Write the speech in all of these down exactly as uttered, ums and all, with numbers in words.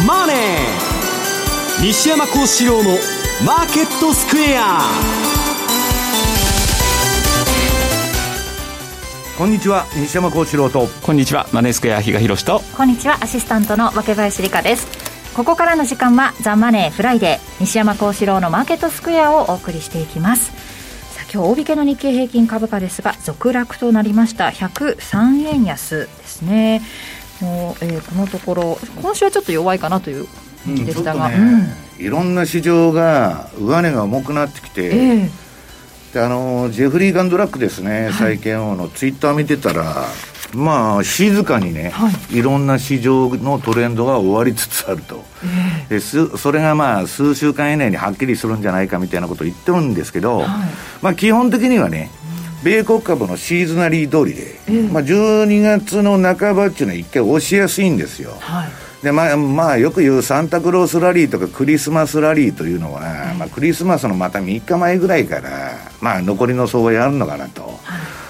マネー」西山幸四郎のマーケットスクエア。 こんにちは、西山幸四郎と。 こんにちは、マネースクエア比嘉宏と。 こんにちは、アシスタントの若林理香です。ここからの時間はザ・マネーフライデー、西山幸四郎のマーケットスクエアをお送りしていきます。さあ、今日大引けの日経平均株価ですが続落となりました。ひゃくさんえん安ですね。もう、えー、このところ今週はちょっと弱いかなという感じでしたが、 うんね、うん、いろんな市場が上値が重くなってきて、えーであのジェフリー・ガンドラックですね、債券王のツイッター見てたら、まあ静かにね、はい、いろんな市場のトレンドが終わりつつあると、えー、ですそれがまあ数週間以内にはっきりするんじゃないかみたいなことを言ってるんですけど、はい、まあ基本的にはね、米国株のシーズナリー通りで、えーまあ、じゅうにがつの半ばっていうのは一回押しやすいんですよ、はい。でまあまあ、よく言うサンタクロースラリーとかクリスマスラリーというのは、まあ、クリスマスのまたみっかまえぐらいから、まあ、残りの相場やるのかなと、はい、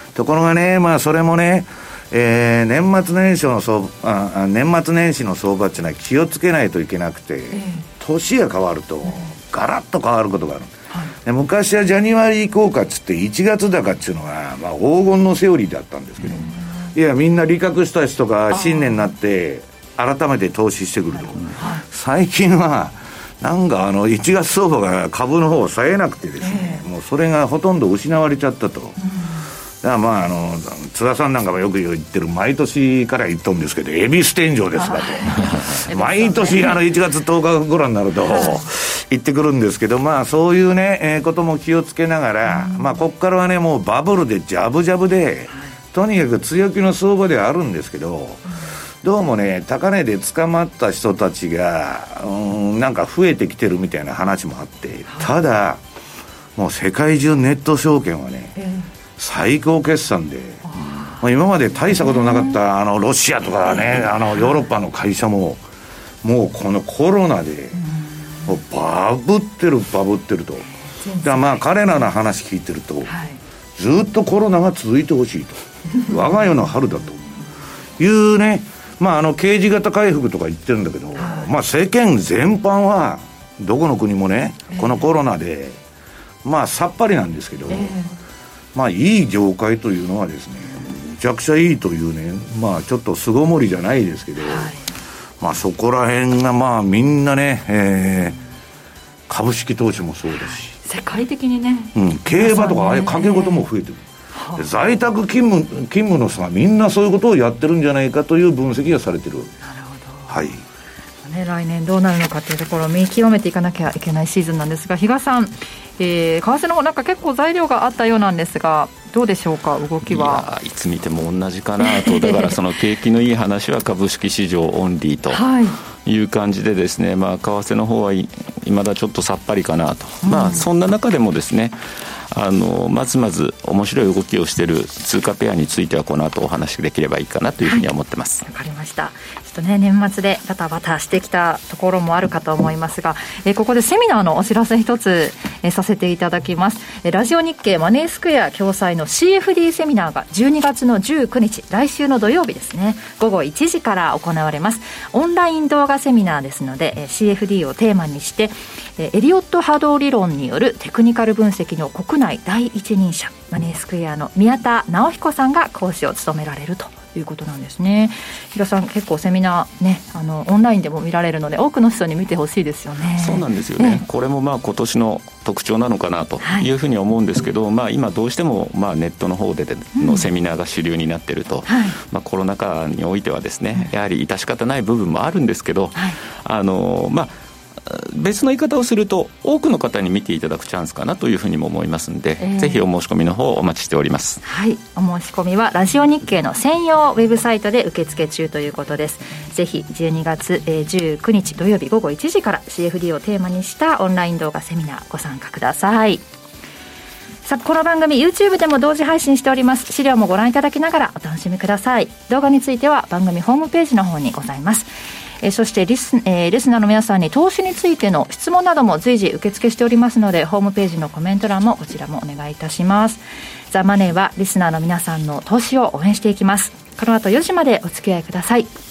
ところがね、まあ、それもね、えー、年末年始の相ああ年末年始の相場っていうのは気をつけないといけなくて、えー、年が変わるとガラッと変わることがある、はい、で昔はジャニワリー効果っつっていちがつ高っていうのは、まあ、黄金のセオリーだったんですけど、いやみんな利確した人が新年になって改めて投資してくると、はい、最近はなんかあのいちがつ相場が株の方を冴えなくてですね、えー、もうそれがほとんど失われちゃったと、うん、だからまああの津田さんなんかもよく言ってる毎年から言っとるんですけど恵比寿天井ですかと毎年あのいちがつとおかぐらいになると言ってくるんですけど、まあそういうね、えー、ことも気をつけながら、うん、まあここからはねもうバブルでジャブジャブで、とにかく強気の相場ではあるんですけど、うん、どうもね高値で捕まった人たちがうーんなんか増えてきてるみたいな話もあって、ただもう世界中ネット証券はね、えー、最高決算で、まあ、今まで大したことなかったあのロシアとかね、あのヨーロッパの会社ももうこのコロナでもうバブってるバブってると。だからまあ彼らの話聞いてると、はい、ずっとコロナが続いてほしいと我が世の春だというね、まあ、あの刑事型回復とか言ってるんだけど、はい、まあ、世間全般はどこの国もね、えー、このコロナでまあさっぱりなんですけど、えー、まあいい業界というのはですねむちゃくちゃいいというね、まあちょっと巣ごもりじゃないですけど、はい、まあそこら辺がまあみんなね、えー、株式投資もそうだし世界的にね、 うん、競馬とかああいう掛け事も増えてる、えー、在宅勤務、勤務の人がみんなそういうことをやってるんじゃないかという分析がされてる。 なるほど、 はい、 ね、来年どうなるのかというところを見極めていかなきゃいけないシーズンなんですが、比嘉さん、えー、為替のなんか結構材料があったようなんですがどうでしょうか、動きは。 いやいつ見ても同じかなとだからその景気のいい話は株式市場オンリーという感じでですね、まあ、為替の方はいまだちょっとさっぱりかなと、うん、まあそんな中でもですね、あのまずまず面白い動きをしている通貨ペアについてはこの後お話しできればいいかなというふうには思ってます。 わ、はい、かりました。ちょっとね年末でバタバタしてきたところもあるかと思いますが、えー、ここでセミナーのお知らせ一つ、えー、させていただきます。えー、ラジオ日経マネースクエア共催の シーエフディー セミナーがじゅうにがつのじゅうくにち来週の土曜日ですねごごいちじから行われます。オンライン動画セミナーですので、えー、シーエフディー をテーマにして、えー、エリオット波動理論によるテクニカル分析の国内第一人者マネースクエアの宮田直彦さんが講師を務められるということなんですね。比嘉さん結構セミナーねあのオンラインでも見られるので多くの人に見てほしいですよね。 そうなんですよね、ええ、これもまあ今年の特徴なのかなというふうに思うんですけど、はい、まあ、今どうしてもまあネットの方でのセミナーが主流になっていると、うん、はい、まあ、コロナ禍においてはですね、うん、やはり致し方ない部分もあるんですけど、はい、あのまあ別の言い方をすると多くの方に見ていただくチャンスかなというふうにも思いますので、えー、ぜひお申し込みの方お待ちしております。 はい、お申し込みはラジオ日経の専用ウェブサイトで受付中ということです。ぜひじゅうにがつじゅうくにち土曜日ごごいちじから シーエフディー をテーマにしたオンライン動画セミナーご参加ください。さあこの番組 YouTube でも同時配信しております。資料もご覧いただきながらお楽しみください。動画については番組ホームページの方にございます。えー、そしてリス、えー、リスナーの皆さんに投資についての質問なども随時受付しておりますのでホームページのコメント欄もこちらもお願いいたします。ザ・マネーはリスナーの皆さんの投資を応援していきます。この後よじまでお付き合いください。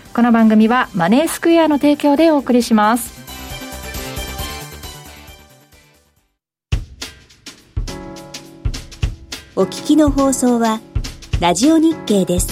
この番組はマネースクエアの提供でお送りします。 お聞きの放送はラジオ日経です。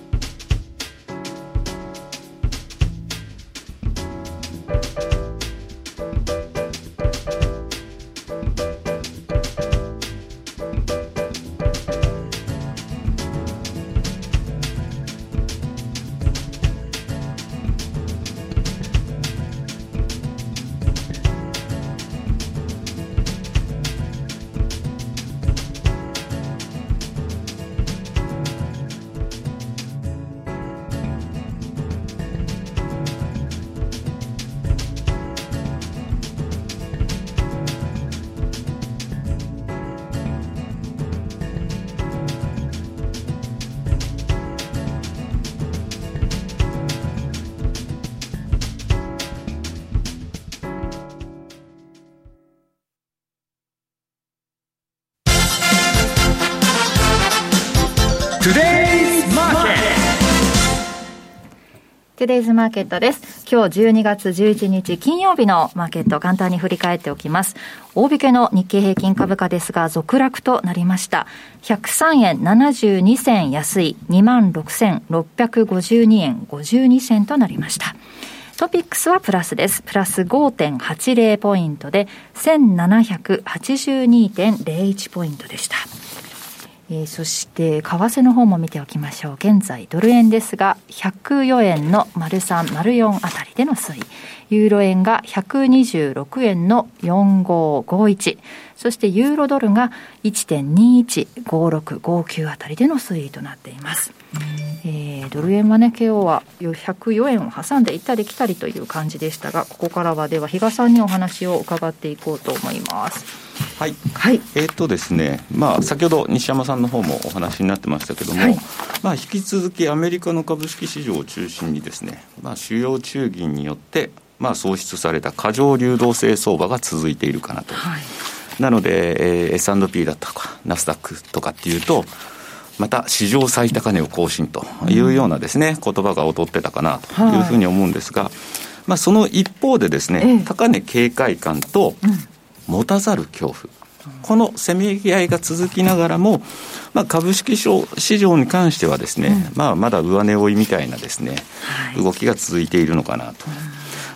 トゥデイズマーケットです。今日じゅうにがつじゅういちにち金曜日のマーケット、簡単に振り返っておきます。大引けの日経平均株価ですが続落となりました。ひゃくさんえんななじゅうにせん安い にまんろくせんろっぴゃくごじゅうにえんごじゅうにせんとなりました。トピックスはプラスです。プラス ごてんはちぜろ ポイントで せんななひゃくはちじゅうにてんぜろいち ポイントでした。えー、そして為替の方も見ておきましょう。現在ドル円ですがひゃくよえんの丸さん、丸よんあたりでの推移、ユーロ円がひゃくにじゅうろくえんのよんごごいち、そしてユーロドルが いってんにいちごろくごきゅう あたりでの推移となっています。えー、ドル円はね、今日はひゃくよえんを挟んで行ったり来たりという感じでしたが、ここからはでは比嘉さんにお話を伺っていこうと思います。 はい、 はい、 えーっとですね、まあ、先ほど西山さんの方もお話になってましたけども、はい、まあ、引き続きアメリカの株式市場を中心にですね、まあ、主要中銀によって、まあ、創出された過剰流動性相場が続いているかなと、はい、なので、えー、エスアンドピー だとかナスダックとかっていうとまた史上最高値を更新というようなですね、うん、言葉が劣ってたかなというふうに思うんですが、はい、まあ、その一方でですね、ええ、高値警戒感と、うん持たざる恐怖、このせめぎ合いが続きながらも、まあ、株式市場に関してはですね、うんまあ、まだ上値追いみたいなですね、はい、動きが続いているのかなと、うん、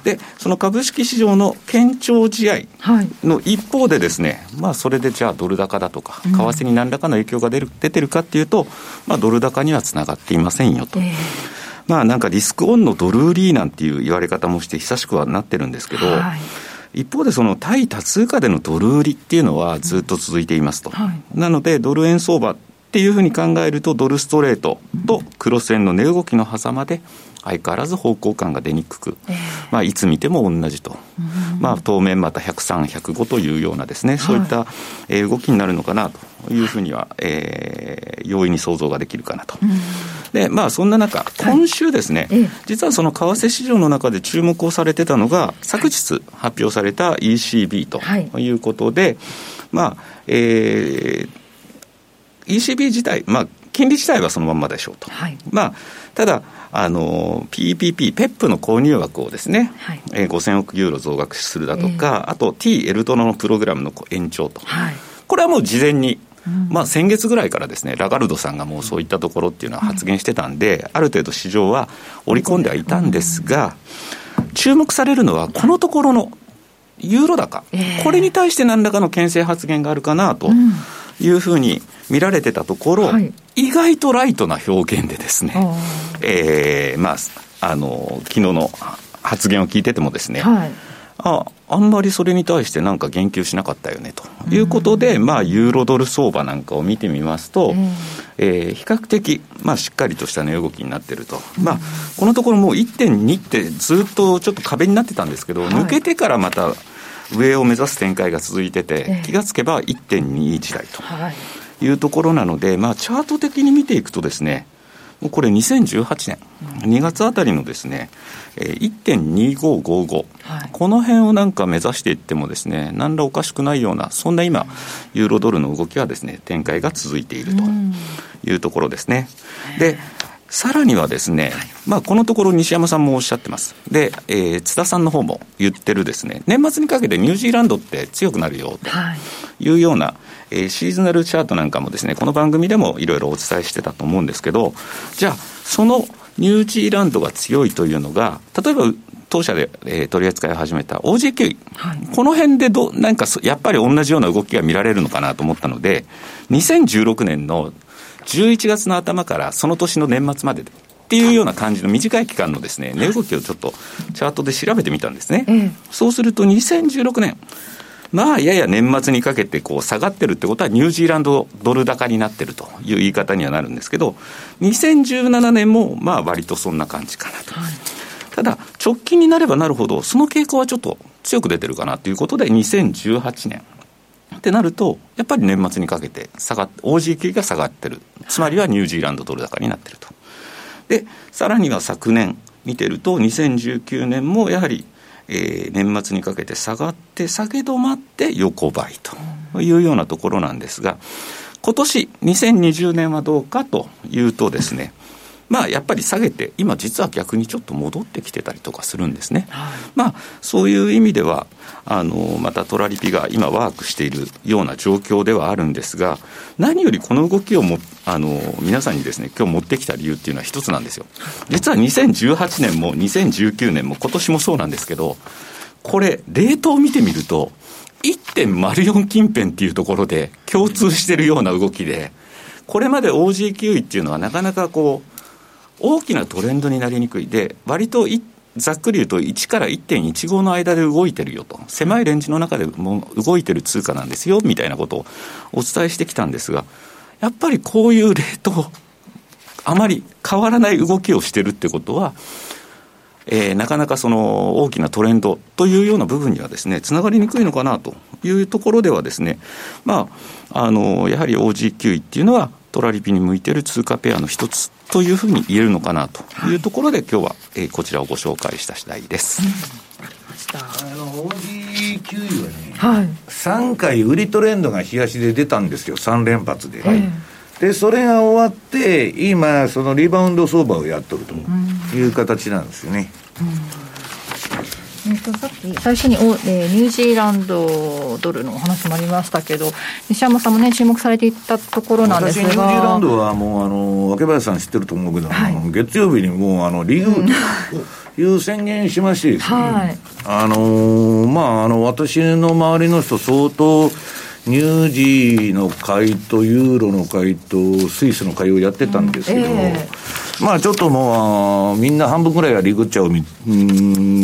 でその株式市場の堅調試合の一方でですね、まあ、それでじゃあドル高だとか為替に何らかの影響が出る、出てるかっていうと、まあ、ドル高にはつながっていませんよと、えーまあ、なんかリスクオンのドル売りなんていう言われ方もして久しくはなってるんですけど、はい一方でその対多通貨でのドル売りっていうのはずっと続いていますと、うんはい、なのでドル円相場っていうふうに考えるとドルストレートとクロス円の値動きの狭間で相変わらず方向感が出にくく、えーまあ、いつ見ても同じと、うんまあ、当面またひゃくさん、ひゃくごというようなですね、そういった、えー、動きになるのかなというふうには、えー、容易に想像ができるかなと、うんでまあ、そんな中今週ですね、はい、実はその為替市場の中で注目をされてたのが昨日発表された イーシービー ということで、はいまあえー、イーシービー 自体、まあ、金利自体はそのまんまでしょうと、はいまあ、ただあの ピーピーピー ペップの購入枠をですね、はいえー、ごせんおくユーロ増額するだとか、えー、あと T エルドロのプログラムの延長と、はい、これはもう事前にうんまあ、先月ぐらいからですねラガルドさんがもうそういったところっていうのは発言してたんで、うん、ある程度市場は織り込んではいたんですが、うん、注目されるのはこのところのユーロ高、えー、これに対して何らかの牽制発言があるかなというふうに見られてたところ、うん、意外とライトな表現でですね、えーまあ、あの昨日の発言を聞いててもですね、はいあ, あんまりそれに対してなんか言及しなかったよねということで、まあ、ユーロドル相場なんかを見てみますと、えー、比較的、まあ、しっかりとした値動きになっていると、まあ、このところもう いってんに ってずっとちょっと壁になってたんですけど、はい、抜けてからまた上を目指す展開が続いてて、気がつけば いってんに 時代というところなので、まあ、チャート的に見ていくとですねもうこれにせんじゅうはちねんにがつあたりのですね いってんにごごご、はい、この辺をなんか目指していってもですね何らおかしくないようなそんな今ユーロドルの動きはですね展開が続いているというところですね。でさらにはですね、まあ、このところ西山さんもおっしゃってます。で、えー、津田さんの方も言ってるですね、年末にかけてニュージーランドって強くなるよというような、はい、えー、シーズナルチャートなんかもですね、この番組でもいろいろお伝えしてたと思うんですけど、じゃあそのニュージーランドが強いというのが、例えば当社で、えー、取り扱いを始めた オージーキューイー、はい、この辺でどなんかやっぱり同じような動きが見られるのかなと思ったので、にせんじゅうろくねんのじゅういちがつの頭からその年の年末までっていうような感じの短い期間のですね、値動きをちょっとチャートで調べてみたんですね、うん、そうするとにせんじゅうろくねん、まあやや年末にかけてこう下がってるってことはニュージーランドドル高になってるという言い方にはなるんですけど、にせんじゅうななねんもまあ割とそんな感じかなと、はい、ただ直近になればなるほどその傾向はちょっと強く出てるかなということで、にせんじゅうはちねんってなるとやっぱり年末にかけて下がっ オージーキューイー が下がってる、つまりはニュージーランドドル高になってると。でさらには昨年見てるとにせんじゅうきゅうねんもやはり、えー、年末にかけて下がって下げ止まって横ばいというようなところなんですが、今年にせんにじゅうねんはどうかというとですね、まあやっぱり下げて今実は逆にちょっと戻ってきてたりとかするんですね、はい、まあそういう意味ではあのまたトラリピが今ワークしているような状況ではあるんですが、何よりこの動きをもあの皆さんにですね今日持ってきた理由っていうのは一つなんですよ。実はにせんじゅうはちねんもにせんじゅうきゅうねんも今年もそうなんですけど、これレートを見てみると いってんまるよん 近辺っていうところで共通しているような動きで、これまで オージーキューイー っていうのはなかなかこう大きなトレンドになりにくいで、割とざっくり言うといちから いってんいちご の間で動いてるよと、狭いレンジの中でも動いてる通貨なんですよみたいなことをお伝えしてきたんですが、やっぱりこういうレートあまり変わらない動きをしてるってことは、えー、なかなかその大きなトレンドというような部分にはですねつながりにくいのかなというところではですね、まあ、あのやはり オージーキューイー っていうのはトラリピに向いている通貨ペアの一つというふうに言えるのかなというところで、はい、今日は、えー、こちらをご紹介した次第です、うん、 あの オージーキューイー はね、はい、さんかい売りトレンドが東で出たんですよ、さん連発で、はい、でそれが終わって今そのリバウンド相場をやっとるという形なんですよね、うんうんえー、とさっき最初にお、えー、ニュージーランドドルのお話もありましたけど、西山さんもね注目されていたところなんですが、 私ニュージーランドはもうあの若林さん知ってると思うけど、はい、月曜日にもうあのリーグという宣言しましてですね、はい、あのー、まああの私の周りの人相当ニュージーの買いとユーロの買いとスイスの買いをやってたんですけど、うんえー、まあちょっともうみんな半分くらいはリグっちゃう、うん、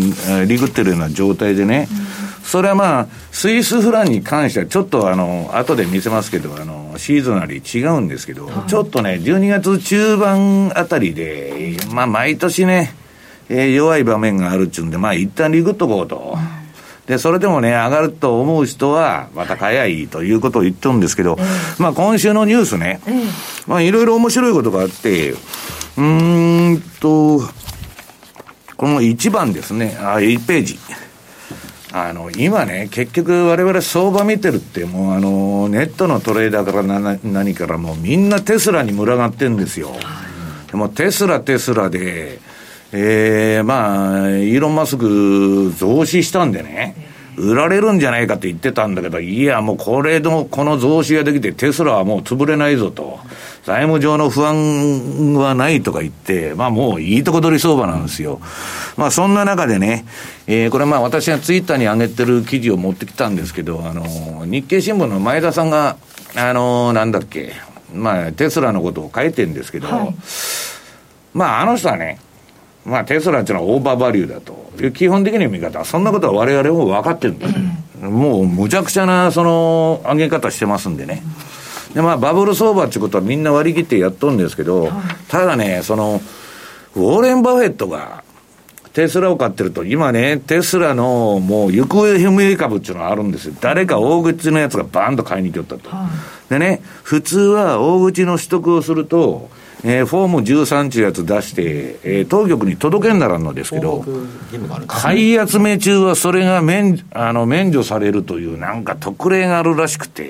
リグってるような状態でね、うん、それはまあスイスフランに関してはちょっとあの後で見せますけど、あのシーズンなり違うんですけど、はい、ちょっとねじゅうにがつ中盤あたりでまあ毎年ね、えー、弱い場面があるっちゅうんで、まあ一旦リグっとこうと、うんでそれでもね上がると思う人はまた買えばいいということを言ってるんですけど、えー、まあ今週のニュースね、えー、まあいろいろ面白いことがあって、うーんとこのいちばんですね、あいちページ、あの今ね結局我々相場見てるってもうあのネットのトレーダーからな何からもうみんなテスラに群がってるんですよ。でもテスラテスラでえー、まあイーロン・マスク増資したんでね売られるんじゃないかって言ってたんだけど、いやもうこれのこの増資ができてテスラはもう潰れないぞと、財務上の不安はないとか言って、まあもういいとこ取り相場なんですよ。まあそんな中でね、えー、これまあ私がツイッターに上げてる記事を持ってきたんですけど、あの日経新聞の前田さんがあのなんだっけ、まあテスラのことを書いてるんですけど、はい、まああの人はね、まあ、テスラっていうのはオーバーバリューだという基本的な見方、そんなことは我々も分かってるんです、うん、もうむちゃくちゃなその上げ方してますんでね、うん、でまあバブル相場っていうことはみんな割り切ってやっとるんですけど、うん、ただねそのウォーレン・バフェットがテスラを買ってると今ねテスラのもう行方不明株っていうのがあるんですよ。誰か大口のやつがバーンと買いに来よったと、うん、でね普通は大口の取得をするとえー、フォームじゅうさんっていうやつ出して、えー、当局に届けんならんのですけど、買い集め中はそれが免、あの免除されるというなんか特例があるらしくて、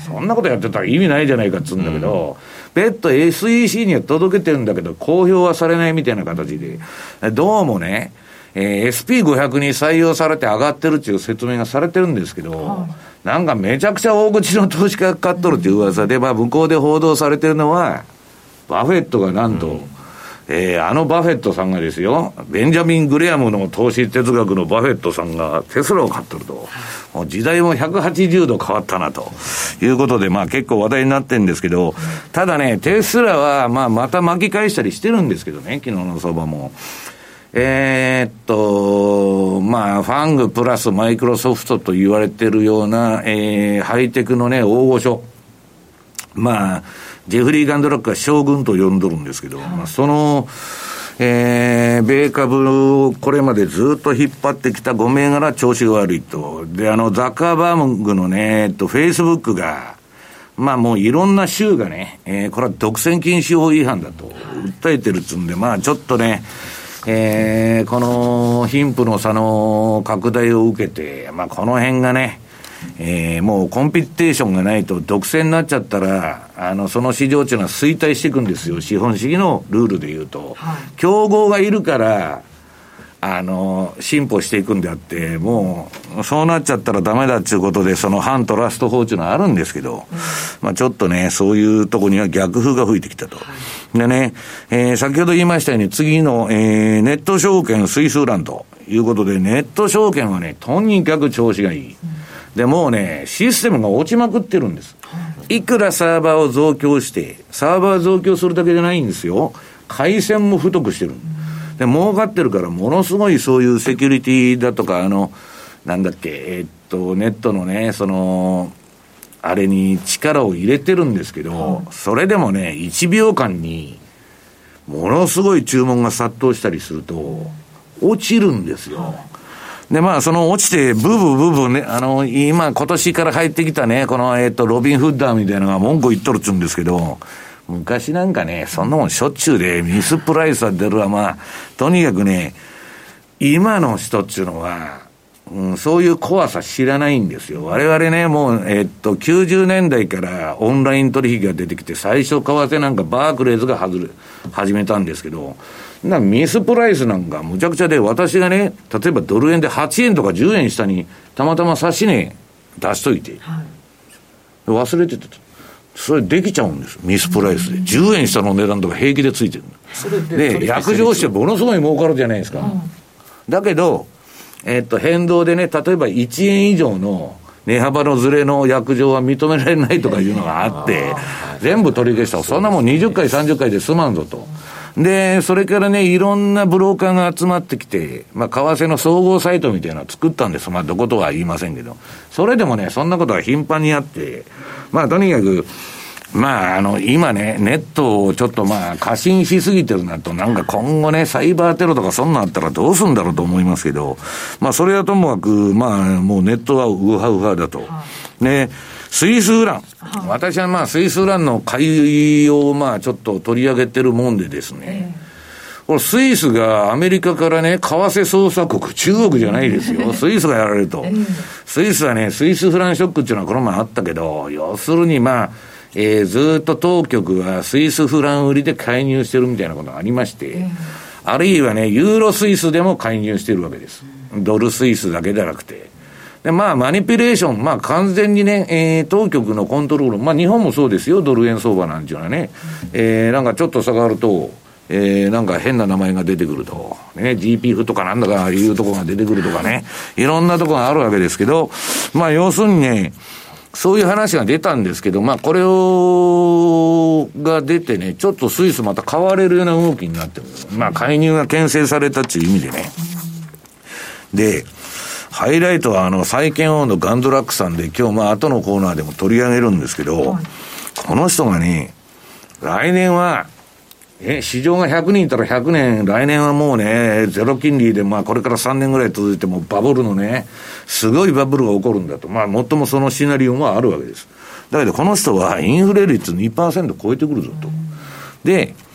そんなことやってたら意味ないじゃないかっつうんだけど、うん、別途 エスイーシー には届けてるんだけど公表はされないみたいな形で、どうもね、えー、エスピーごひゃく に採用されて上がってるっていう説明がされてるんですけど、はい、なんかめちゃくちゃ大口の投資家がかかっとるっていう噂で、まあ向こうで報道されてるのはバフェットがなんと、うん、えー、あのバフェットさんがですよ、ベンジャミン・グレアムの投資哲学のバフェットさんがテスラを買ってると、もう時代もひゃくはちじゅうど変わったなということで、まあ結構話題になってるんですけど、ただね、テスラはまあまた巻き返したりしてるんですけどね、昨日の相場も。えー、っと、まあ、ファングプラスマイクロソフトと言われてるような、えー、ハイテクのね、大御所。まあ、ジェフリー・ガンドラックは将軍と呼んどるんですけど、まあ、その、えー、米株をこれまでずっと引っ張ってきたご銘柄調子が悪いと。で、あの、ザッカーバーグのね、えっと、フェイスブックが、まあもういろんな州がね、えー、これは独占禁止法違反だと訴えてるっつうんで、まあちょっとね、えー、この貧富の差の拡大を受けて、まあこの辺がね、えー、もうコンピテーションがないと独占になっちゃったら、あの、その市場っていうのは衰退していくんですよ。資本主義のルールで言うと。はい、競合がいるから、あの、進歩していくんであって、もう、そうなっちゃったらダメだっていうことで、その反トラスト法っていうのはあるんですけど、うん、まあちょっとね、そういうとこには逆風が吹いてきたと。はい、でね、えー、先ほど言いましたように、次の、えー、ネット証券スイスフランということで、ネット証券はね、とにかく調子がいい。うん、で、もうね、システムが落ちまくってるんです。いくらサーバーを増強して、サーバー増強するだけじゃないんですよ。回線も太くしてる。で、儲かってるから、ものすごいそういうセキュリティだとか、あの、なんだっけ、えー、っと、ネットのね、その、あれに力を入れてるんですけど、うん、それでもね、いちびょうかんに、ものすごい注文が殺到したりすると、落ちるんですよ。で、まあ、その落ちて、ブーブーブーブーね、あの、今、今年から入ってきたね、この、えー、っと、ロビンフッダーみたいなのが文句言っとるっつうんですけど、昔なんかね、そんなもんしょっちゅうで、ミスプライスは出るわ、まあ、とにかくね、今の人っていうのは、うん、そういう怖さ知らないんですよ。我々ね、もう、えっと、きゅうじゅうねんだいからオンライン取引が出てきて、最初為替なんかバークレーズが外れ、始めたんですけど、なミスプライスなんかむちゃくちゃで、私がね、例えばドル円ではちえんとかじゅうえん下に、たまたま差し値出しといて、はい、忘れてた。それできちゃうんです。ミスプライスで。じゅうえん下の値段とか平気でついてる。それで、で約定してものすごい儲かるじゃないですか。うん、だけど、えっと、変動でね、例えばいちえん以上の値幅のズレの約定は認められないとかいうのがあって、全部取り消した。そんなもんにじゅっかい、さんじゅっかいで済まんぞと。で、それからね、いろんなブローカーが集まってきて、まあ、為替の総合サイトみたいなのを作ったんです。まあ、どことは言いませんけど。それでもね、そんなことが頻繁にあって、まあ、とにかく、まあ、あの、今ね、ネットをちょっとまあ、過信しすぎてるなと、なんか今後ね、サイバーテロとかそんなあったらどうするんだろうと思いますけど、まあ、それはともかく、まあ、もうネットはウハウハだと。ね、スイスフラン。私はまあ、スイスフランの買いをまあ、ちょっと取り上げてるもんでですね、これスイスがアメリカからね、為替操作国、中国じゃないですよ。スイスがやられると。スイスはね、スイスフランショックっていうのはこの前あったけど、要するにまあ、えー、ずっと当局はスイスフラン売りで介入してるみたいなことがありまして、あるいはね、ユーロスイスでも介入してるわけです。ドルスイスだけじゃなくて。で、まあ、マニピュレーション、まあ、完全にね、えー、当局のコントロール、まあ、日本もそうですよ、ドル円相場なんていうのはね、えー、なんかちょっと下がると、えー、なんか変な名前が出てくると、ね、ジーピーエフ とかなんだかいうとこが出てくるとかね、いろんなとこがあるわけですけど、まあ、要するにね、そういう話が出たんですけど、まあ、これを、が出てね、ちょっとスイスまた買われるような動きになってる。まあ、介入が牽制されたっていう意味でね。で、ハイライトはあの、債券王のガンドラックさんで、今日まあ、後のコーナーでも取り上げるんですけど、はい、この人がね、来年は、え、市場がひゃくにんいたらひゃくねん、来年はもうね、ゼロ金利で、まあこれからさんねんぐらい続いてもバブルのね、すごいバブルが起こるんだと。まあもっともそのシナリオもあるわけです。だけどこの人はインフレ率 にパーセント 超えてくるぞと。で、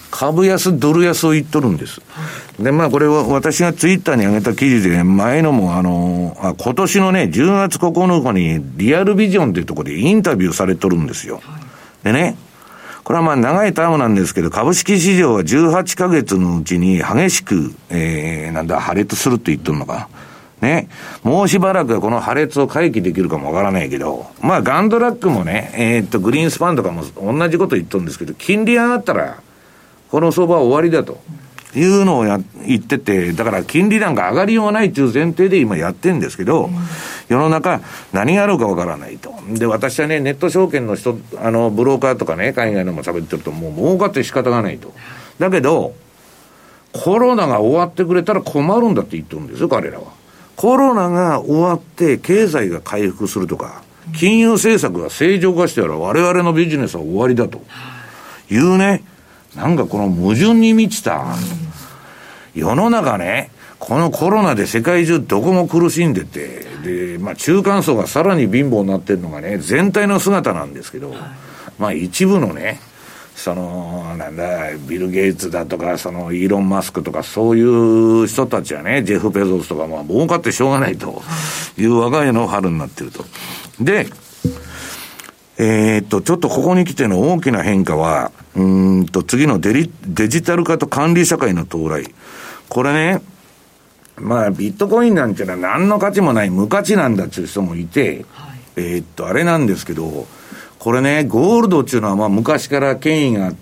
株安ドル安を言っとるんです。で、まあこれは私がツイッターに上げた記事で、前のもあの、あ今年のね、じゅうがつここのかにリアルビジョンというところでインタビューされとるんですよ。でね、これはまあ長いタームなんですけど、株式市場はじゅうはちかげつのうちに激しく、えー、なんだ、破裂するって言っとるのか。ね。もうしばらくはこの破裂を回避できるかもわからないけど、まあガンドラックもね、えー、っと、グリーンスパンとかも同じこと言っとるんですけど、金利上がったら、この相場は終わりだというのをや言ってて、だから金利なんか上がりようがないという前提で今やってるんですけど、うん、世の中何があるかわからないと。で、私はね、ネット証券の人、あの、ブローカーとかね、海外のも喋ってるともう儲かって仕方がないと。だけど、コロナが終わってくれたら困るんだって言ってるんですよ、彼らは。コロナが終わって経済が回復するとか、金融政策が正常化してたら我々のビジネスは終わりだというね、なんかこの矛盾に満ちた世の中ね、このコロナで世界中どこも苦しんでて、で、まあ中間層がさらに貧乏になってるのがね、全体の姿なんですけど、まあ一部のね、その、なんだ、ビル・ゲイツだとか、その、イーロン・マスクとか、そういう人たちはね、ジェフ・ペゾスとか、まあ儲かってしょうがないという若いの春になってると。で、えー、っと、ちょっとここに来ての大きな変化は、うーんと、次のデリ、デジタル化と管理社会の到来。これね、まあ、ビットコインなんてのは何の価値もない無価値なんだっていう人もいて、はい、えー、っと、あれなんですけど、これね、ゴールドっていうのはまあ昔から権威があって、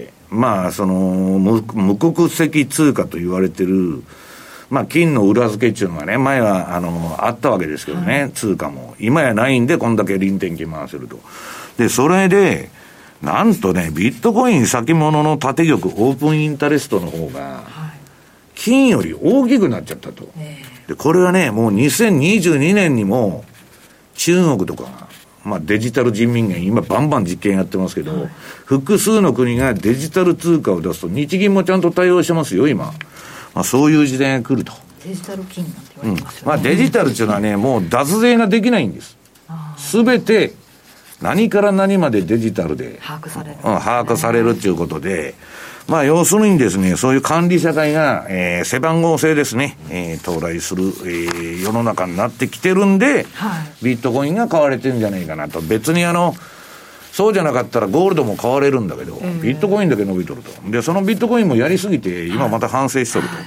まあ、その、無、無国籍通貨と言われてる、まあ、金の裏付けっていうのがね、前は、あの、あったわけですけどね、はい、通貨も。今やないんで、こんだけ臨転機回せると。で、それで、なんとね、ビットコイン先物の縦玉、オープンインタレストの方が、金より大きくなっちゃったと。で、これはね、もうにせんにじゅうにねんにも、中国とかが、まあ、デジタル人民元、今バンバン実験やってますけど、はい、複数の国がデジタル通貨を出すと、日銀もちゃんと対応してますよ、今。まあ、そういう時代が来ると。 デジタル金なんて言われますよね。 うん、まあ、デジタルっていうのはね、もう脱税ができないんです。すべて、何から何までデジタルで把握される、 うん、把握されるっていうことで、まあ要するにですね、そういう管理社会が、えー、背番号制ですね、えー、到来する、えー、世の中になってきてるんで、はい、ビットコインが買われてるんじゃないかなと。別にあのそうじゃなかったらゴールドも買われるんだけど、ビットコインだけ伸びとると。で、そのビットコインもやりすぎて今また反省しとると、はい、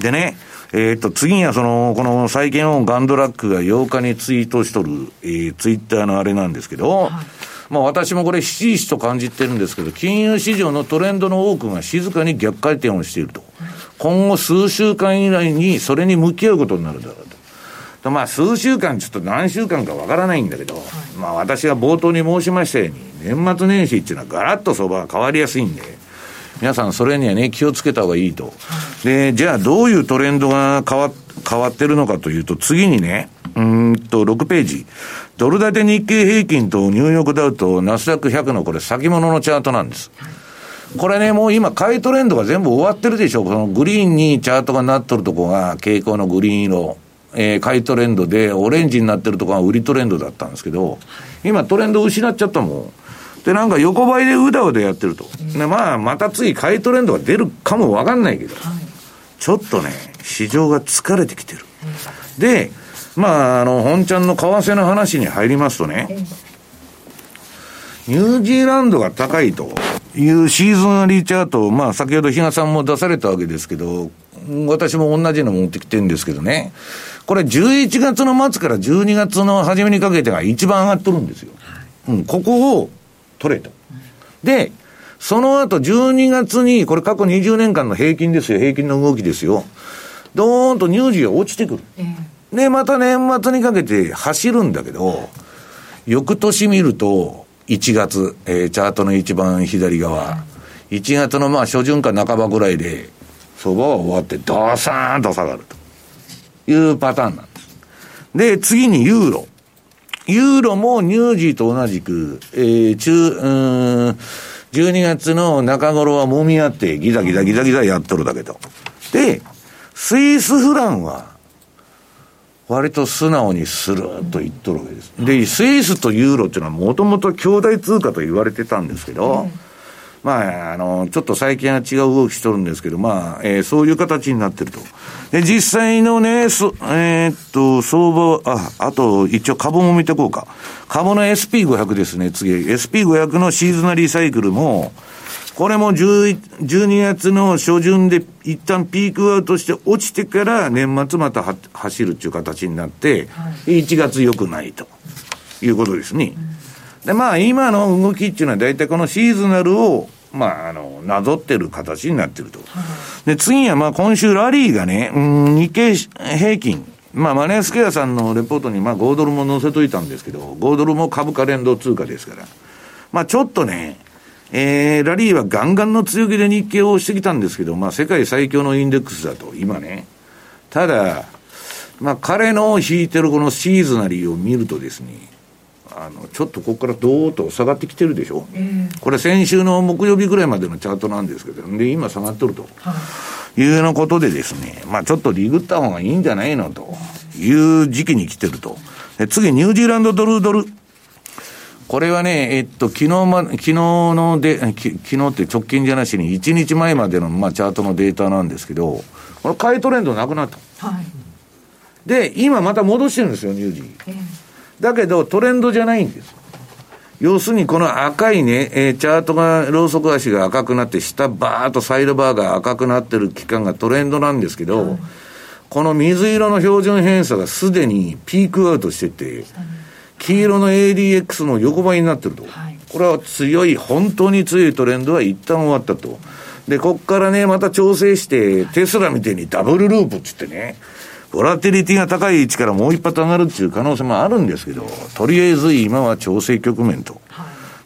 でね、えー、っと次にはそのこの債券をガンドラックがようかにツイートしとる、えー、ツイッターのあれなんですけど、はい、まあ私もこれひしひしと感じてるんですけど、金融市場のトレンドの多くが静かに逆回転をしていると。今後数週間以内にそれに向き合うことになるだろうと。とまあ数週間ちょっと何週間かわからないんだけど、はい、まあ私が冒頭に申しましたように、年末年始っていうのはガラッと相場が変わりやすいんで、皆さんそれにはね気をつけた方がいいと。で、じゃあどういうトレンドが変わ、変わってるのかというと、次にね、うーんとろくページ。ドル建て日経平均とニューヨークダウとナスダックひゃくのこれ先物のチャートなんです。これね、もう今買いトレンドが全部終わってるでしょ。このグリーンにチャートがなっとるとこが蛍光のグリーン色、えー、買いトレンドで、オレンジになってるとこが売りトレンドだったんですけど、今トレンド失っちゃったもん。で、なんか横ばいでうだうだやってると。で、まあ、また次買いトレンドが出るかもわかんないけど、ちょっとね、市場が疲れてきてる。で、まあ、あの、本ちゃんの為替の話に入りますとね、ニュージーランドが高いというシーズンアリーチャートを、まあ、先ほど比嘉さんも出されたわけですけど、私も同じの持ってきてるんですけどね、これじゅういちがつの末からじゅうにがつの初めにかけてが一番上がっとるんですよ。うん、ここを取れと。で、その後じゅうにがつに、これ過去にじゅうねんかんの平均ですよ、平均の動きですよ。ドーンとニュージーが落ちてくる。で、また年末にかけて走るんだけど、翌年見ると、いちがつ、えー、チャートの一番左側、いちがつのまあ初旬か半ばぐらいで、相場は終わってドーサーンと下がるというパターンなんです。で、次にユーロ。ユーロもニュージーと同じく、えー、中、うーん、じゅうにがつの中頃は揉み合ってギザギザギザギザやっとるだけと。で、スイスフランは、割と素直にスルーっと言っとるわけです。で、スイスとユーロっていうのはもともと兄弟通貨と言われてたんですけど、 まあ、あの、ちょっと最近は違う動きしとるんですけど、まあ、えー、そういう形になってると。で、実際のね、そえー、っと、相場、あ、あと、一応株も見ていこうか。株の エスピーごひゃく ですね、次。エスピーごひゃく のシーズナリーサイクルも、これもじゅうにがつの初旬で一旦ピークアウトして落ちてから年末または走るっていう形になって、はい、いちがつ良くないということですね。うんで、まあ、今の動きっていうのは大体このシーズナルを、まあ、あの、なぞってる形になってると。はい、で、次はまあ、今週ラリーがね、うん、日経平均、まあ、マネースクエアさんのレポートに、まあ、ごドルも載せといたんですけど、ごドルも株価連動通貨ですから。まあ、ちょっとね、えー、ラリーはガンガンの強気で日経を押してきたんですけど、まあ、世界最強のインデックスだと、今ね。ただ、まあ、彼の引いてるこのシーズナリーを見るとですね、あのちょっとここからドーッと下がってきてるでしょ、えー、これ先週の木曜日ぐらいまでのチャートなんですけど、で今下がっとると、はい、いうようなことでですね、まあちょっとリグった方がいいんじゃないのという時期に来てると。で次ニュージーランドドルドル、これはね、えっと昨日ま昨日ので昨日って直近じゃなしにいちにちまえまでのまあチャートのデータなんですけど、これ買いトレンドなくなった、はい、で今また戻してるんですよニュージー、えーだけどトレンドじゃないんです。要するにこの赤いね、えー、チャートがローソク足が赤くなって下バーッとサイドバーが赤くなってる期間がトレンドなんですけど、はい、この水色の標準偏差がすでにピークアウトしてて、黄色の エーディーエックス の横ばいになってると、はい、これは強い本当に強いトレンドは一旦終わったと。でこっからねまた調整してテスラみたいにダブルループって言ってね、ボラティリティが高い位置からもう一発上がるっていう可能性もあるんですけど、とりあえず今は調整局面と。はい、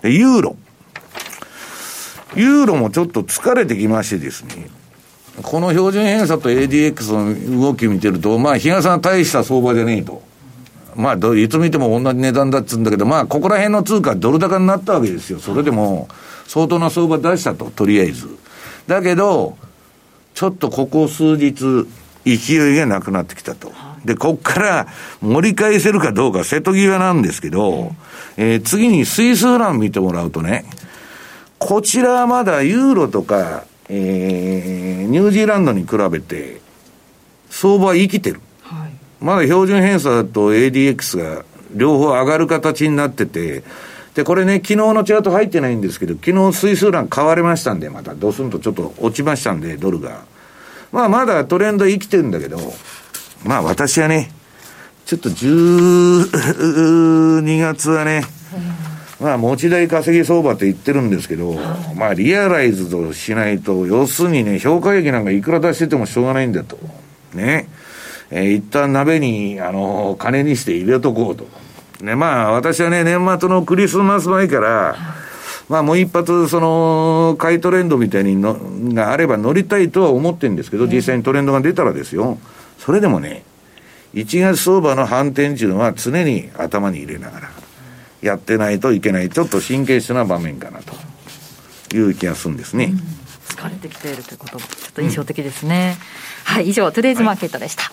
で、ユーロ。ユーロもちょっと疲れてきましてですね、この標準偏差と エーディーエックス の動き見てると、まあ、比嘉さん大した相場じゃねえと。まあ、いつ見ても同じ値段だっつうんだけど、まあ、ここら辺の通貨ドル高になったわけですよ。それでも、相当な相場出したと、とりあえず。だけど、ちょっとここ数日、勢いがなくなってきたと。で、こっから盛り返せるかどうか瀬戸際なんですけど、えー、次にスイスフラン見てもらうとね、こちらはまだユーロとか、えー、ニュージーランドに比べて相場は生きてる。はい、まだ標準偏差と エーディーエックス が両方上がる形になってて、で、これね、昨日のチャート入ってないんですけど、昨日スイスフラン買われましたんで、またドスンとちょっと落ちましたんで、ドルが。まあまだトレンド生きてるんだけど、まあ私はね、ちょっとじゅうにがつはね、まあ持ち台稼ぎ相場って言ってるんですけど、まあリアライズとしないと、要するにね、評価益なんかいくら出しててもしょうがないんだと。ね。えー、一旦鍋に、あの、金にして入れとこうと。ね、まあ私はね、年末のクリスマス前から、まあもう一発その買いトレンドみたいにのがあれば乗りたいとは思ってるんですけど、実際にトレンドが出たらですよ、それでもねいちがつ相場の反転っていうのは常に頭に入れながらやってないといけない、ちょっと神経質な場面かなという気がするんですね、うん、 疲れてきているということちょっと印象的ですね、うん、はい、以上トゥデイズマーケットでした、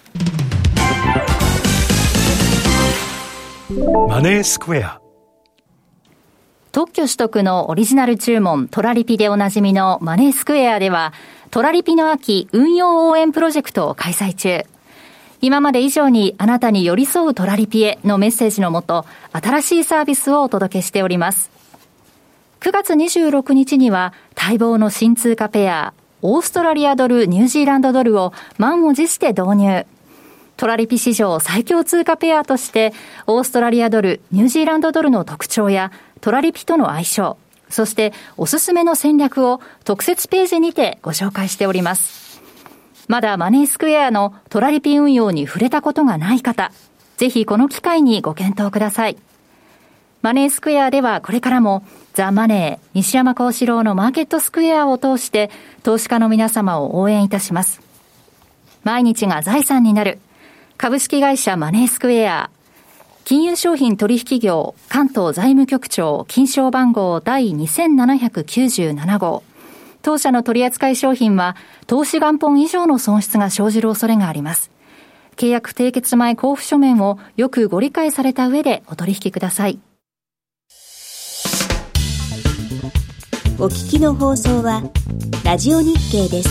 はい、マネースクエア特許取得のオリジナル注文トラリピでおなじみのマネースクエアではトラリピの秋運用応援プロジェクトを開催中。今まで以上にあなたに寄り添うトラリピへのメッセージのもと新しいサービスをお届けしております。くがつにじゅうろくにちには待望の新通貨ペアオーストラリアドルニュージーランドドルを満を持して導入。トラリピ史上最強通貨ペアとしてオーストラリアドルニュージーランドドルの特徴やトラリピとの相性、そしておすすめの戦略を特設ページにてご紹介しております。まだマネースクエアのトラリピ運用に触れたことがない方、ぜひこの機会にご検討ください。マネースクエアではこれからもザ・マネー西山幸四郎のマーケットスクエアを通して投資家の皆様を応援いたします。毎日が財産になる株式会社マネースクエア、金融商品取引業関東財務局長金賞番号第にせんななひゃくきゅうじゅうなな号。当社の取扱商品は投資元本以上の損失が生じる恐れがあります。契約締結前交付書面をよくご理解された上でお取引ください。 お聞きの放送はラジオ日経です。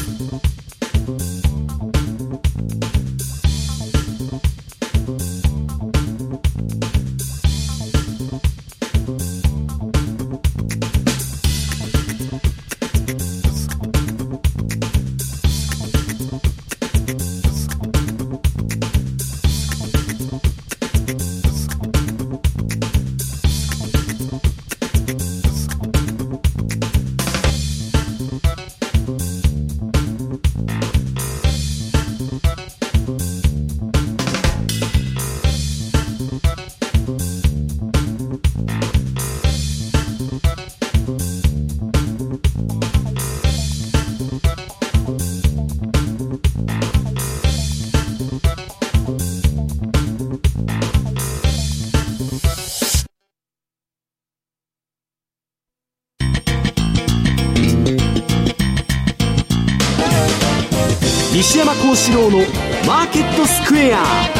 西山幸四郎のマーケットスクエア。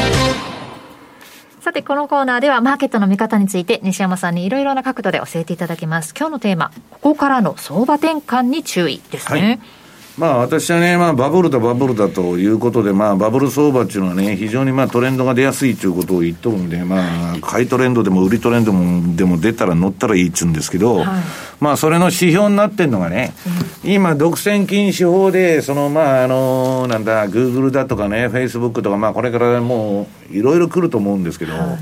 さてこのコーナーではマーケットの見方について西山さんにいろいろな角度で教えていただきます。今日のテーマ、ここからの相場転換に注意ですね。はい、 まあ私はね、まあバブルだバブルだということで、まあバブル相場っていうのはね、非常にまあトレンドが出やすいということを言っとるんで、まあ買いトレンドでも売りトレンドでも出たら乗ったらいいっちゅうんですけど、はい、まあそれの指標になってんのがね、うん、今独占禁止法で、そのまああの、なんだ、Google だとかね、Facebook とか、まあこれからもういろいろ来ると思うんですけど、はい、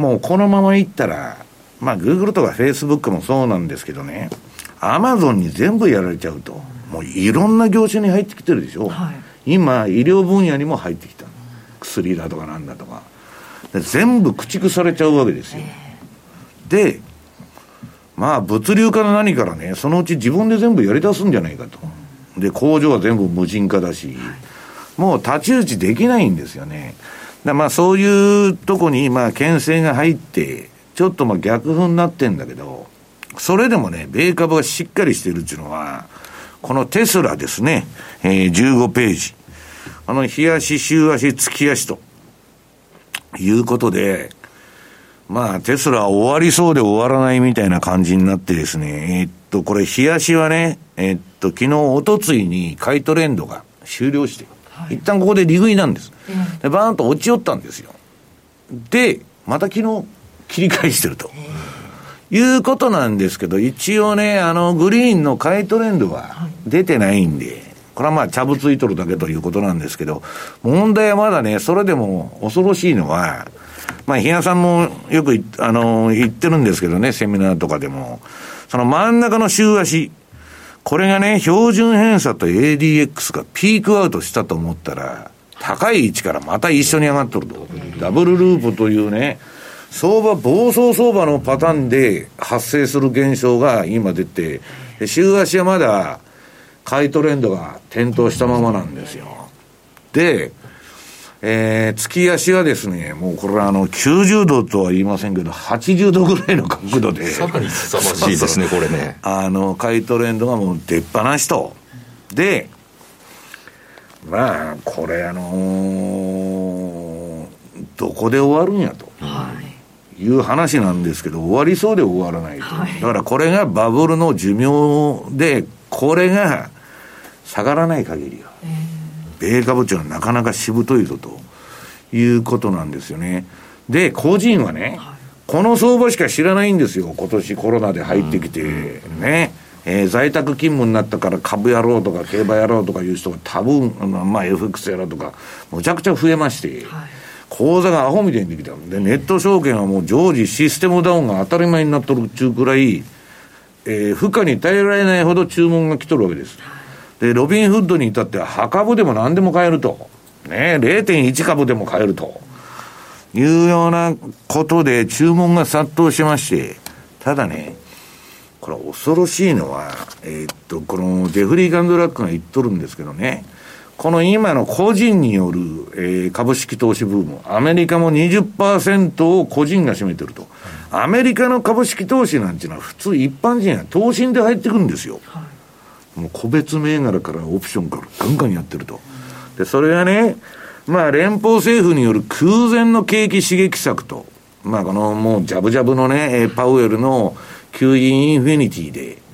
もうこのままいったら、まあ Google とか Facebook もそうなんですけどね、Amazon に全部やられちゃうと。もういろんな業種に入ってきてるでしょ、はい、今医療分野にも入ってきた、薬だとかなんだとか全部駆逐されちゃうわけですよ、えー、でまあ物流から何からね、そのうち自分で全部やり出すんじゃないかと。で工場は全部無人化だし、はい、もう太刀打ちできないんですよね。だまあそういうとこにまあ牽制が入ってちょっとまあ逆風になってんだけど、それでもね米株がしっかりしてるっていうのはこのテスラですね、えー、じゅうごページ。あの、日足、週足、月足ということで、まあ、テスラは終わりそうで終わらないみたいな感じになってですね、えー、っと、これ、日足はね、えー、っと、昨日、おとついに買いトレンドが終了して、はい、一旦ここで利食いなんです。うん、で、バーンと落ち寄ったんですよ。で、また昨日、切り返してると。いうことなんですけど、一応ね、あの、グリーンの買いトレンドは出てないんで、これはまあ、茶ぶついとるだけということなんですけど、問題はまだね、それでも恐ろしいのは、まあ、比嘉さんもよく、あの、言ってるんですけどね、セミナーとかでも、その真ん中の週足、これがね、標準偏差と エーディーエックス がピークアウトしたと思ったら、高い位置からまた一緒に上がっとると。ダブルループというね、相場、暴走相場のパターンで発生する現象が今出て、週足はまだ買いトレンドが点灯したままなんですよ。で、えー、月足はですね、もうこれはあのきゅうじゅうどとは言いませんけど、はちじゅうどぐらいの角度で。 さらに凄まじいですね、これね。 あの、買いトレンドがもう出っ放しと。で、まあ、これあのー、どこで終わるんやと。はいいう話なんですけど、終わりそうで終わらないと、はい、だからこれがバブルの寿命で、これが下がらない限りは、えー、米株っていうのはなかなかしぶといぞということなんですよね。で、個人はね、はい、この相場しか知らないんですよ。今年コロナで入ってきて、うん、ね、えー、在宅勤務になったから株やろうとか競馬やろうとかいう人が多分、まあ エフエックス やろうとか、むちゃくちゃ増えまして、はい、口座がアホみたいにできたんで、ネット証券はもう常時システムダウンが当たり前になっとるっていうくらい、えー、負荷に耐えられないほど注文が来とるわけです。で、ロビンフッドに至っては破株でも何でも買えると。ね、れいてんいち 株でも買えると。いうようなことで注文が殺到しまして、ただね、これ恐ろしいのは、えー、っと、このジェフリー・ガンドラックが言っとるんですけどね、この今の個人による、えー、株式投資ブーム、アメリカも にじゅっパーセント を個人が占めてると。アメリカの株式投資なんていうのは普通一般人は投信で入ってくるんですよ。はい、もう個別銘柄からオプションからガンガンやってると。で、それがね、まあ連邦政府による空前の景気刺激策と、まあこのもうジャブジャブのね、パウエルの キューイー インフィニティで、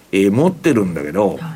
えー、持ってるんだけど、はい、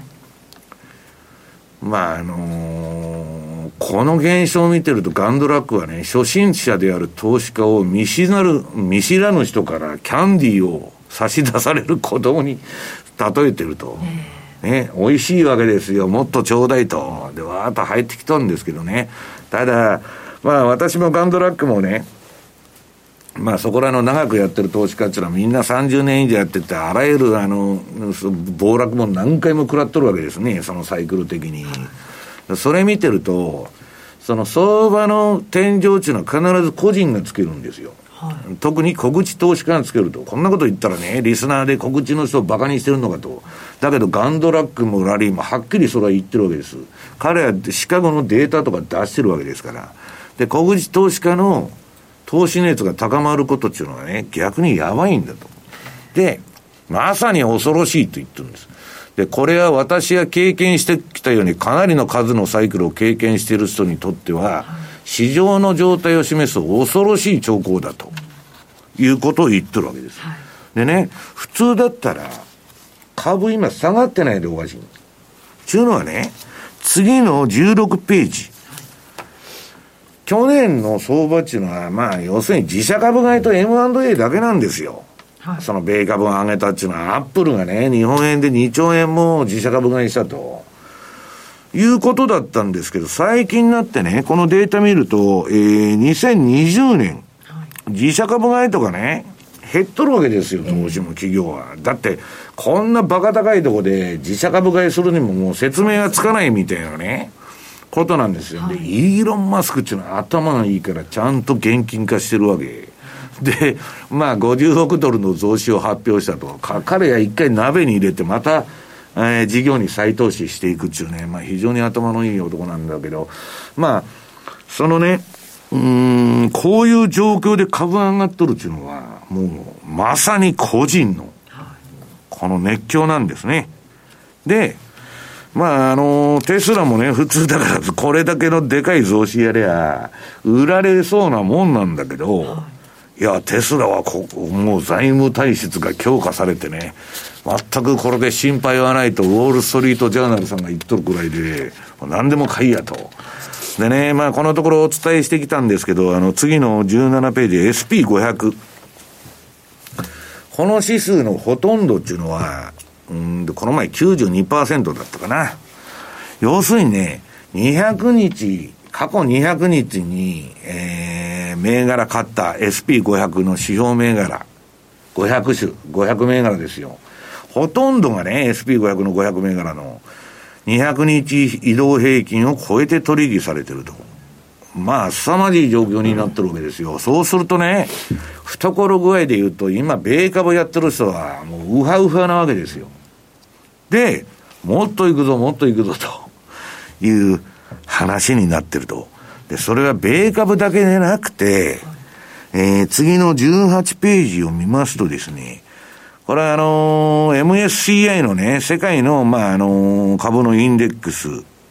まああのー、この現象を見てるとガンドラックはね、初心者である投資家を見知らぬ、見知らぬ人からキャンディーを差し出される子供に例えてると、ね、美味しいわけですよ、もっとちょうだいと。でわーっと入ってきたんですけどね。ただまあ私もガンドラックもね、まあそこらの長くやってる投資家っていうのはみんなさんじゅうねん以上やってて、あらゆるあの暴落も何回も食らっとるわけですね、そのサイクル的に。それ見てると、その相場の天井っていうのは必ず個人がつけるんですよ、はい、特に小口投資家がつけると。こんなこと言ったらね、リスナーで小口の人をバカにしてるのかと。だけどガンドラックもラリーもはっきりそれは言ってるわけです。彼はシカゴのデータとか出してるわけですから。で小口投資家の投資熱が高まることっていうのはね、逆にやばいんだと。でまさに恐ろしいと言ってるんです。でこれは私が経験してきたようにかなりの数のサイクルを経験している人にとっては、市場の状態を示す恐ろしい兆候だということを言ってるわけです、はい、でね、普通だったら株今下がってないでおかしいちゅうのはね、次のじゅうろくページ、去年の相場っていうのはまあ要するに自社株買いと エムアンドエー だけなんですよ、はい、その米株を上げたっていうのは、アップルがね日本円でにちょうえんも自社株買いしたということだったんですけど、最近になってね、このデータ見ると、えー、にせんにじゅうねん、はい、自社株買いとかね減っとるわけですよ、投資も企業は。だってこんなバカ高いとこで自社株買いするにももう説明がつかないみたいなねことなんですよ、はい、でイーロン・マスクっていうのは頭がいいからちゃんと現金化してるわけで、まあごじゅうおくドルの増資を発表したと。彼は一回鍋に入れてまた、えー、事業に再投資していくっていうね、まあ非常に頭のいい男なんだけど、まあそのね、うーんこういう状況で株が上がっとるっていうのはもうまさに個人のこの熱狂なんですね。でまああのテスラもね、普通だからこれだけのでかい増資やりゃ売られそうなもんなんだけど、はい、いやテスラはこもう財務体質が強化されてね、全くこれで心配はないとウォールストリートジャーナルさんが言っとるくらいで、何でも買いやと。でね、まあこのところお伝えしてきたんですけど、あの次のじゅうななページ エスピーごひゃく、 この指数のほとんどっていうのはうーんこの前 きゅうじゅうにパーセント だったかな。要するにね、にひゃくにち、過去にひゃくにちに、えー、銘柄買った エスピーごひゃく の指標銘柄ごひゃくしゅ、ごひゃく銘柄ですよ。ほとんどがね エスピーごひゃく のごひゃく銘柄のにひゃくにち移動平均を超えて取引されてると。まあ凄まじい状況になってるわけですよ。そうするとね、懐具合で言うと今米株やってる人はもうウハウハなわけですよ。でもっと行くぞもっと行くぞという話になってると。でそれは米株だけでなくて、えー、次のじゅうはちページを見ますとですね、これはあのー、エムエスシーアイ のね、世界の、まあ、あのー、株のインデックス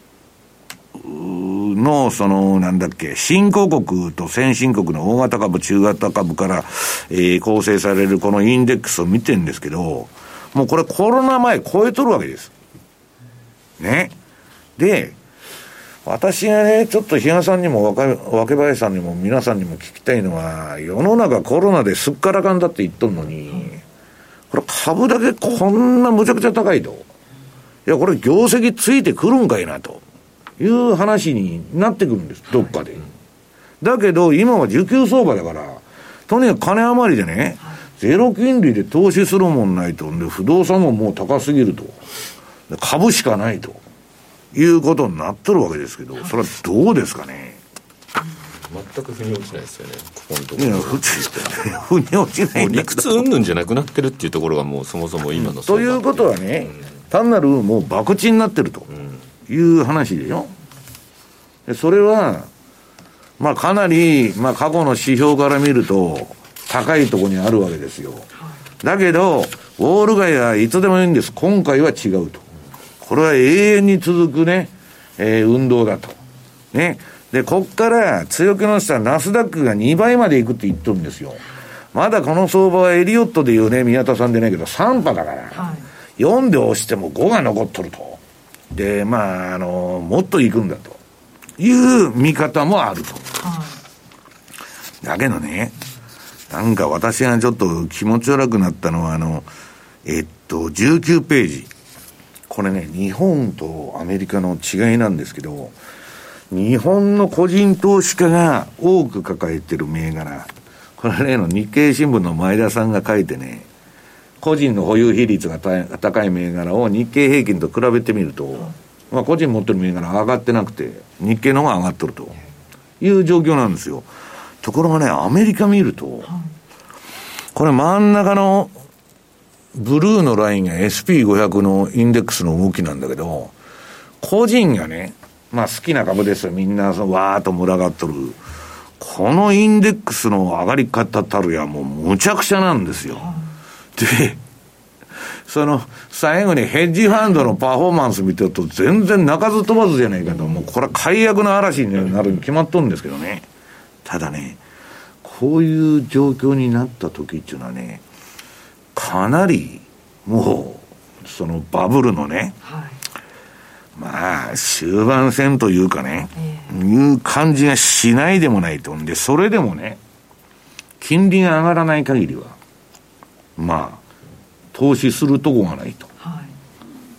の、その、なんだっけ、新興国と先進国の大型株、中型株から、えー、構成されるこのインデックスを見てるんですけど、もうこれコロナ前超えとるわけです。ね。で、私がね、ちょっと比嘉さんにも若林さんにも皆さんにも聞きたいのは、世の中コロナですっからかんだって言っとるのに、これ株だけこんなむちゃくちゃ高いと。いや、これ業績ついてくるんかいなという話になってくるんです、どっかで。だけど今は需給相場だから、とにかく金余りでね、ゼロ金利で投資するもんないと。で、不動産ももう高すぎると。株しかないということになってるわけですけど、それはどうですかね。 全く腑に落ちないですよね、ここのところ。 いや、腑に落ちないんだけど、 理屈云々じゃなくなってるっていうところがもうそもそも今のということはね、うん、単なるもう博打になってるという話でしょ。でそれはまあかなり、まあ、過去の指標から見ると高いところにあるわけですよ。だけどウォール街はいつでもいいんです。今回は違うと。これは永遠に続くね、えー、運動だとね。でこっから強気の人はナスダックがにばいまでいくって言ってるんですよ。まだこの相場はエリオットでいうね、宮田さんでないけどさん波だから、はよんで押してもごが残っとると。で、まあ、あの、もっと行くんだという見方もあると。はい、だけどね、なんか私がちょっと気持ち悪くなったのは、あの、えっと、じゅうきゅうページ。これね、日本とアメリカの違いなんですけど、日本の個人投資家が多く抱えてる銘柄。これ例の日経新聞の前田さんが書いてね、個人の保有比率が高い銘柄を日経平均と比べてみると、まあ個人持ってる銘柄上がってなくて、日経の方が上がってるという状況なんですよ。ところがね、アメリカ見ると、これ真ん中のブルーのラインが エスピーごひゃく のインデックスの動きなんだけど、個人がね、まあ好きな株ですよ。みんなそのわーっと群がっとる。このインデックスの上がり方たるやもうむちゃくちゃなんですよ。で、その最後にヘッジファンドのパフォーマンス見てると全然鳴かず飛ばずじゃないかと、もうこれは解約の嵐になるに決まっとるんですけどね。ただね、こういう状況になった時っていうのはね、かなりもうそのバブルのね、はい、まあ終盤戦というかね、えー、いう感じがしないでもないと。んで、それでもね、金利が上がらない限りはまあ投資するとこがないと、はい、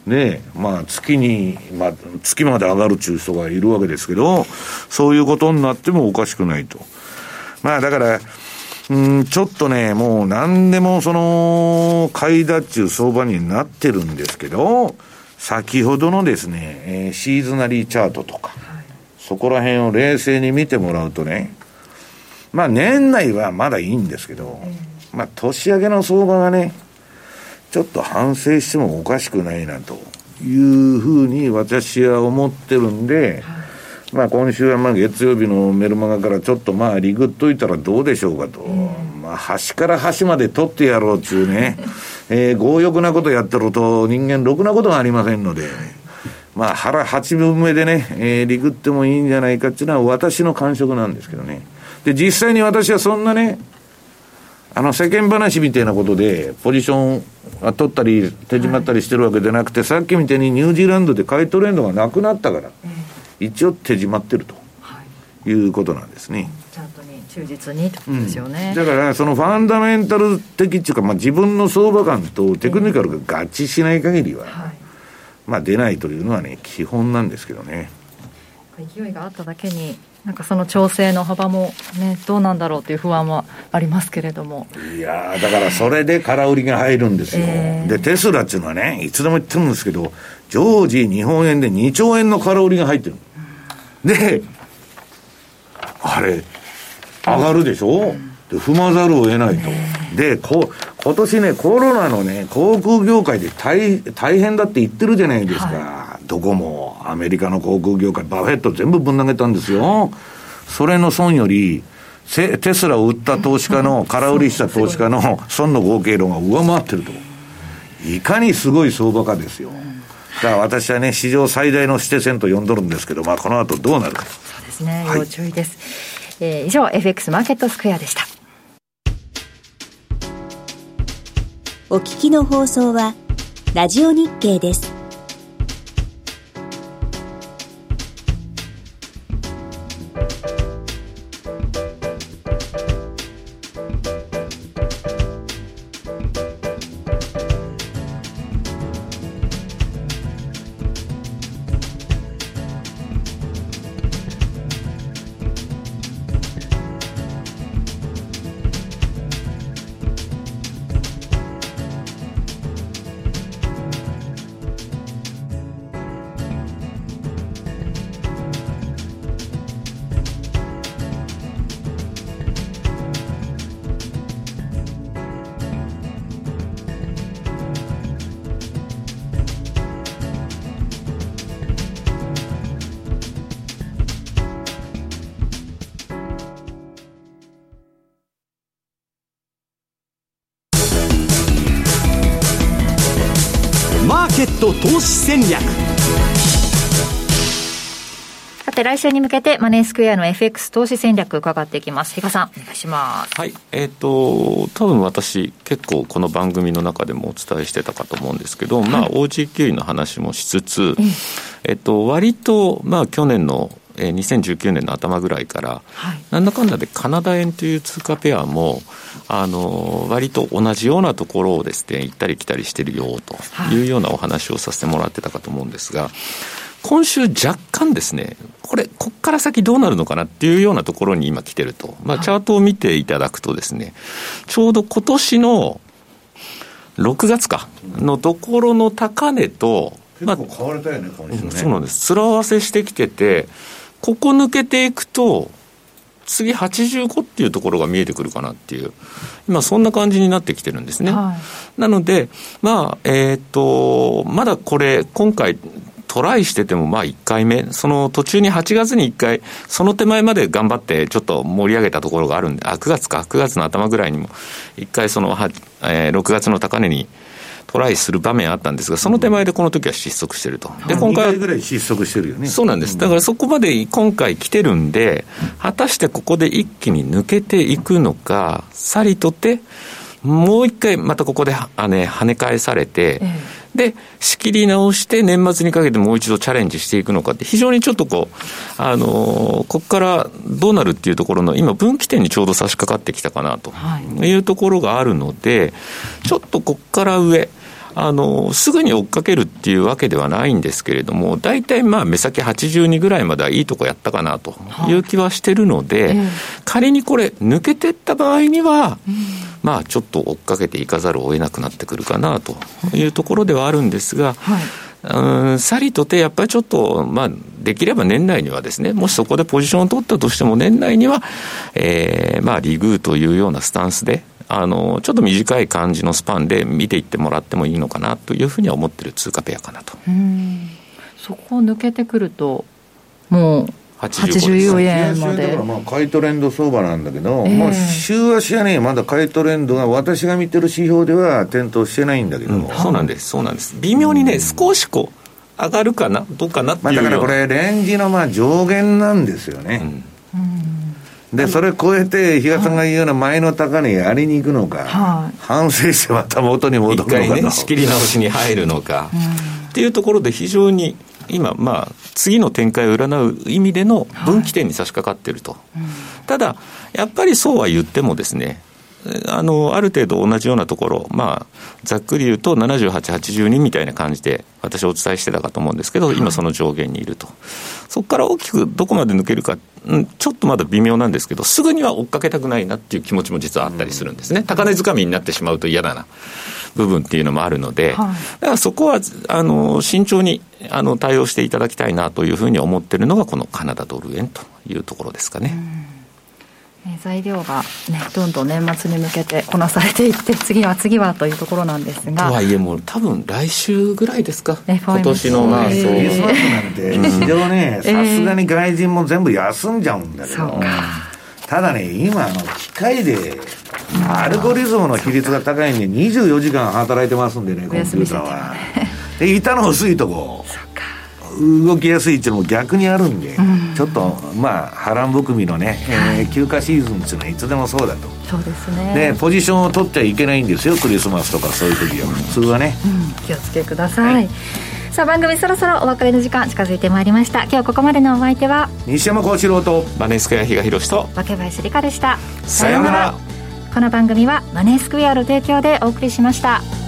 でまあ月に、まあ、月まで上がるっていう人がいるわけですけど、そういうことになってもおかしくないと。まあだからうんちょっとね、もう何でもその買いだっちゅう相場になってるんですけど、先ほどのですね、えー、シーズナリーチャートとか、はい、そこら辺を冷静に見てもらうとね、まあ年内はまだいいんですけど、うん、まあ年明けの相場がねちょっと反省してもおかしくないなというふうに私は思ってるんで、はい、まあ今週はまあ月曜日のメルマガからちょっとまあリグっといたらどうでしょうかと、うん、まあ端から端まで取ってやろうっていうねえー、強欲なことやってると人間ろくなことがありませんので、まあ腹八分目でね、えー、リグってもいいんじゃないかっていうのは私の感触なんですけどね。で実際に私はそんなね、あの世間話みたいなことでポジション取ったり手締まったりしてるわけじゃなくて、はい、さっきみたいにニュージーランドで買いトレンドがなくなったから、えー、一応手締まってると、はい、いうことなんですね。 ちゃんとね忠実にってことですよね、 うん、だからそのファンダメンタル的っていうか、まあ、自分の相場感とテクニカルが合致しない限りは、えーはい、まあ出ないというのはね基本なんですけどね。 勢いがあっただけになんかその調整の幅もねどうなんだろうという不安はありますけれども、 いやだからそれで空売りが入るんですよ、えー、でテスラっていうのはねいつでも言ってるんですけど常時日本円でにちょうえんの空売りが入ってる、うん、であれ上がるでしょ、うん、で踏まざるを得ないと、えー、でこ今年ねコロナのね航空業界で 大, 大変だって言ってるじゃないですか、はい、どこもアメリカの航空業界バフェット全部ぶん投げたんですよ。それの損よりテスラを売った投資家の空売りした投資家の損の合計論が上回ってると、いかにすごい相場かですよ。だから私はね史上最大の指定線と呼んどるんですけど、まあこの後どうなるか。 そうですね、要注意です、はい、えー、以上 エフエックス マーケットスクエアでした。 お聞きの放送はラジオ日経です。 マーケット投資戦略。 ささて来週に向けてマネースクエアの エフエックス 投資戦略伺っていきます。比嘉さんお願いします。 はい、えーと多分私結構この番組の中でもお伝えしてたかと思うんですけど、はい、まあ オージーキューイー の話もしつつ、ええっと割とまあ去年のにせんじゅうきゅうねんの頭ぐらいから、はい、なんだかんだでカナダ円という通貨ペアもあの割と同じようなところをですね行ったり来たりしてるよというようなお話をさせてもらってたかと思うんですが、今週若干ですねこれこっから先どうなるのかなっていうようなところに今来てると、まあ、チャートを見ていただくとですねちょうど今年のろくがつかのところの高値と結構買われたよね、今週ね。 そうなんです。面合わせしてきてて、ここ抜けていくと次はちじゅうごっていうところが見えてくるかなっていう今そんな感じになってきてるんですね、はい、なのでまあえっとまだこれ今回トライしててもまあいっかいめその途中にはちがつにいっかいその手前まで頑張ってちょっと盛り上げたところがあるんで、あくがつかくがつの頭ぐらいにもいっかいその、えー、ろくがつの高値にトライする場面あったんですが、その手前でこの時は失速してると。で今回にかいぐらい失速してるよね。 そうなんです。だからそこまで今回来てるんで、果たしてここで一気に抜けていくのか、さりとてもう一回またここであ、ね、跳ね返されて、ええ、で仕切り直して年末にかけてもう一度チャレンジしていくのかって非常にちょっとこう、あのー、ここからどうなるっていうところの今分岐点にちょうど差し掛かってきたかなというところがあるので、ちょっとここから上あのすぐに追っかけるっていうわけではないんですけれども、大体まあ目先はちじゅうにぐらいまではいいとこやったかなという気はしてるので、はい、仮にこれ抜けていった場合には、うん、まあちょっと追っかけていかざるを得なくなってくるかなというところではあるんですが、はい、うんさりとてやっぱりちょっと、まあ、できれば年内にはですね、もしそこでポジションを取ったとしても年内には、えー、まあリグーというようなスタンスであのちょっと短い感じのスパンで見ていってもらってもいいのかなというふうには思っている通貨ペアかなと。 うん、そこを抜けてくるともうはちじゅうよえんまで、 まあ買いトレンド相場なんだけど、えーまあ、週足はねまだ買いトレンドが私が見てる指標では点灯してないんだけど、うん、 そうなんですそうなんです微妙にね、うん、少しこう上がるかなどうかなっていう、 まあ、だからこれレンジのまあ上限なんですよね、うんでそれ超えて比嘉さんが言うような前の高値やりに行くのか、はい、反省してまた元に戻るのか一回ね仕切り直しに入るのか、うん、っていうところで非常に今まあ次の展開を占う意味での分岐点に差し掛かっていると、はいうん、ただやっぱりそうは言ってもですねあのある程度同じようなところ、まあ、ざっくり言うとななじゅうはち、はちじゅうにみたいな感じで私お伝えしてたかと思うんですけど、はい、今その上限にいると、そこから大きくどこまで抜けるか、うん、ちょっとまだ微妙なんですけどすぐには追っかけたくないなっていう気持ちも実はあったりするんですね、うん、高値掴みになってしまうと嫌だな部分っていうのもあるので、はい、だからそこはあの慎重にあの対応していただきたいなというふうに思っているのがこのカナダドル円というところですかね、うん材料が、ね、どんどん年末に向けてこなされていって次は次はというところなんですが、 とはいえもう多分来週ぐらいですか、今年のまあそうクリスマスなんて市場ねさすがに外人も全部休んじゃうんだけど、そうかただね今の機械でアルゴリズムの比率が高いんでにじゅうよじかん働いてますんでねコンピューターはで板の薄いとこ動きやすいっていうのも逆にあるんで、うん、ちょっとまあ波乱含みのね、えー、休暇シーズンっていうのはいつでもそうだと。 そうですね。 でポジションを取ってはいけないんですよクリスマスとかそういう時は普通はね、 うん、気をつけください、はい、さあ番組そろそろお別れの時間近づいてまいりました。今日ここまでのお相手は西山幸四郎とマネースクエア比嘉宏と若林理香でした。 さようなら。 この番組はマネースクエアの提供でお送りしました。